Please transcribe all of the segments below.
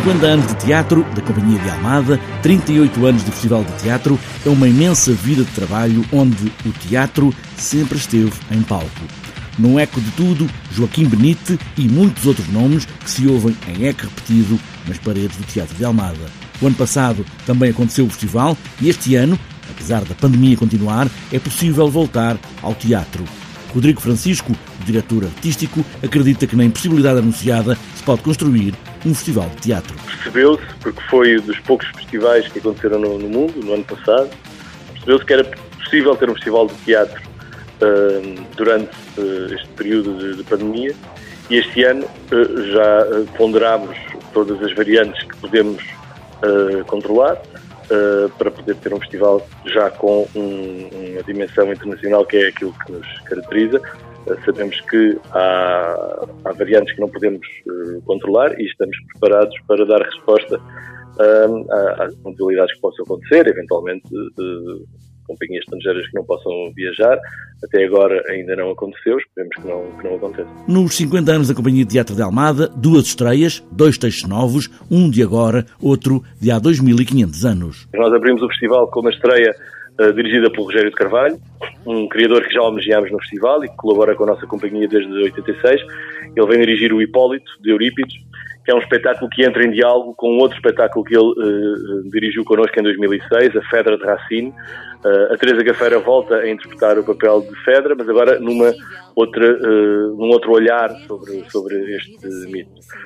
50 anos de teatro da Companhia de Almada, 38 anos de Festival de Teatro, é uma imensa vida de trabalho onde o teatro sempre esteve em palco. No eco de tudo, Joaquim Benite e muitos outros nomes que se ouvem em eco repetido nas paredes do Teatro de Almada. O ano passado também aconteceu o festival e este ano, apesar da pandemia continuar, é possível voltar ao teatro. Rodrigo Francisco, o diretor artístico, acredita que na impossibilidade anunciada se pode construir um festival de teatro. Percebeu-se, porque foi dos poucos festivais que aconteceram no mundo, no ano passado, percebeu-se que era possível ter um festival de teatro durante este período de pandemia, e este ano já ponderámos todas as variantes que podemos controlar para poder ter um festival já com uma dimensão internacional, que é aquilo que nos caracteriza. Sabemos que há variantes que não podemos controlar e estamos preparados para dar resposta às modalidades que possam acontecer, eventualmente companhias estrangeiras que não possam viajar. Até agora ainda não aconteceu, esperemos que não aconteça. Nos 50 anos da Companhia de Teatro de Almada, 2 estreias, 2 textos novos, um de agora, outro de há 2.500 anos. Nós abrimos o festival com uma estreia dirigida pelo Rogério de Carvalho, um criador que já homenageámos no festival e que colabora com a nossa companhia desde 86. Ele vem dirigir o Hipólito, de Eurípides, que é um espetáculo que entra em diálogo com outro espetáculo que ele dirigiu connosco em 2006, a Fedra de Racine. A Teresa Gafeira volta a interpretar o papel de Fedra, mas agora num outro olhar sobre este mito.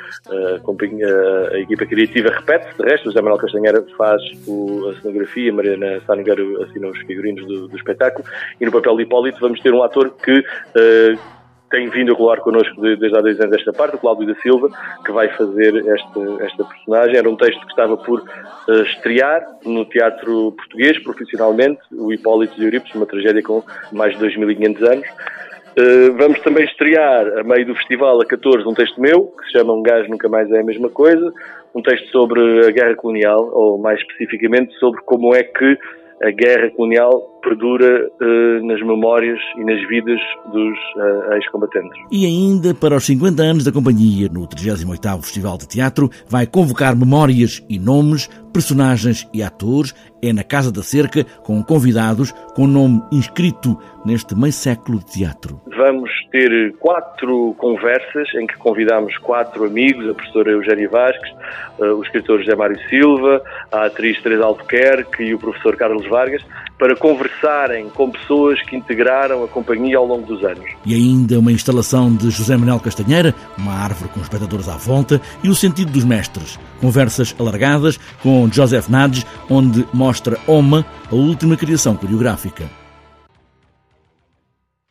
A equipa criativa repete-se, de resto, o José Manuel Castanheira faz a cenografia, a Mariana Sá Nogueiro assina os figurinos do espetáculo, e no papel de Hipólito vamos ter um ator que tem vindo a colar connosco desde há 2 anos esta parte, o Cláudio da Silva, que vai fazer esta personagem. Era um texto que estava por estrear no teatro português, profissionalmente, o Hipólito de Eurípides, uma tragédia com mais de 2.500 anos. Vamos também estrear, a meio do festival, a 14, um texto meu, que se chama Um Gajo Nunca Mais É a Mesma Coisa, um texto sobre a guerra colonial, ou mais especificamente sobre como é que a guerra colonial perdura nas memórias e nas vidas dos ex-combatentes. E ainda para os 50 anos da companhia, no 38º Festival de Teatro, vai convocar memórias e nomes, personagens e atores. É na Casa da Cerca, com convidados com nome inscrito neste meio século de teatro. Vamos ter 4 conversas em que convidamos 4 amigos, a professora Eugénia Vasques, o escritor José Mário Silva, a atriz Teresa Albuquerque e o professor Carlos Vargas, para conversarem com pessoas que integraram a companhia ao longo dos anos. E ainda uma instalação de José Manuel Castanheira, uma árvore com espectadores à volta, e o sentido dos mestres. Conversas alargadas com Joseph Nades, onde mostra Oma, a última criação coreográfica.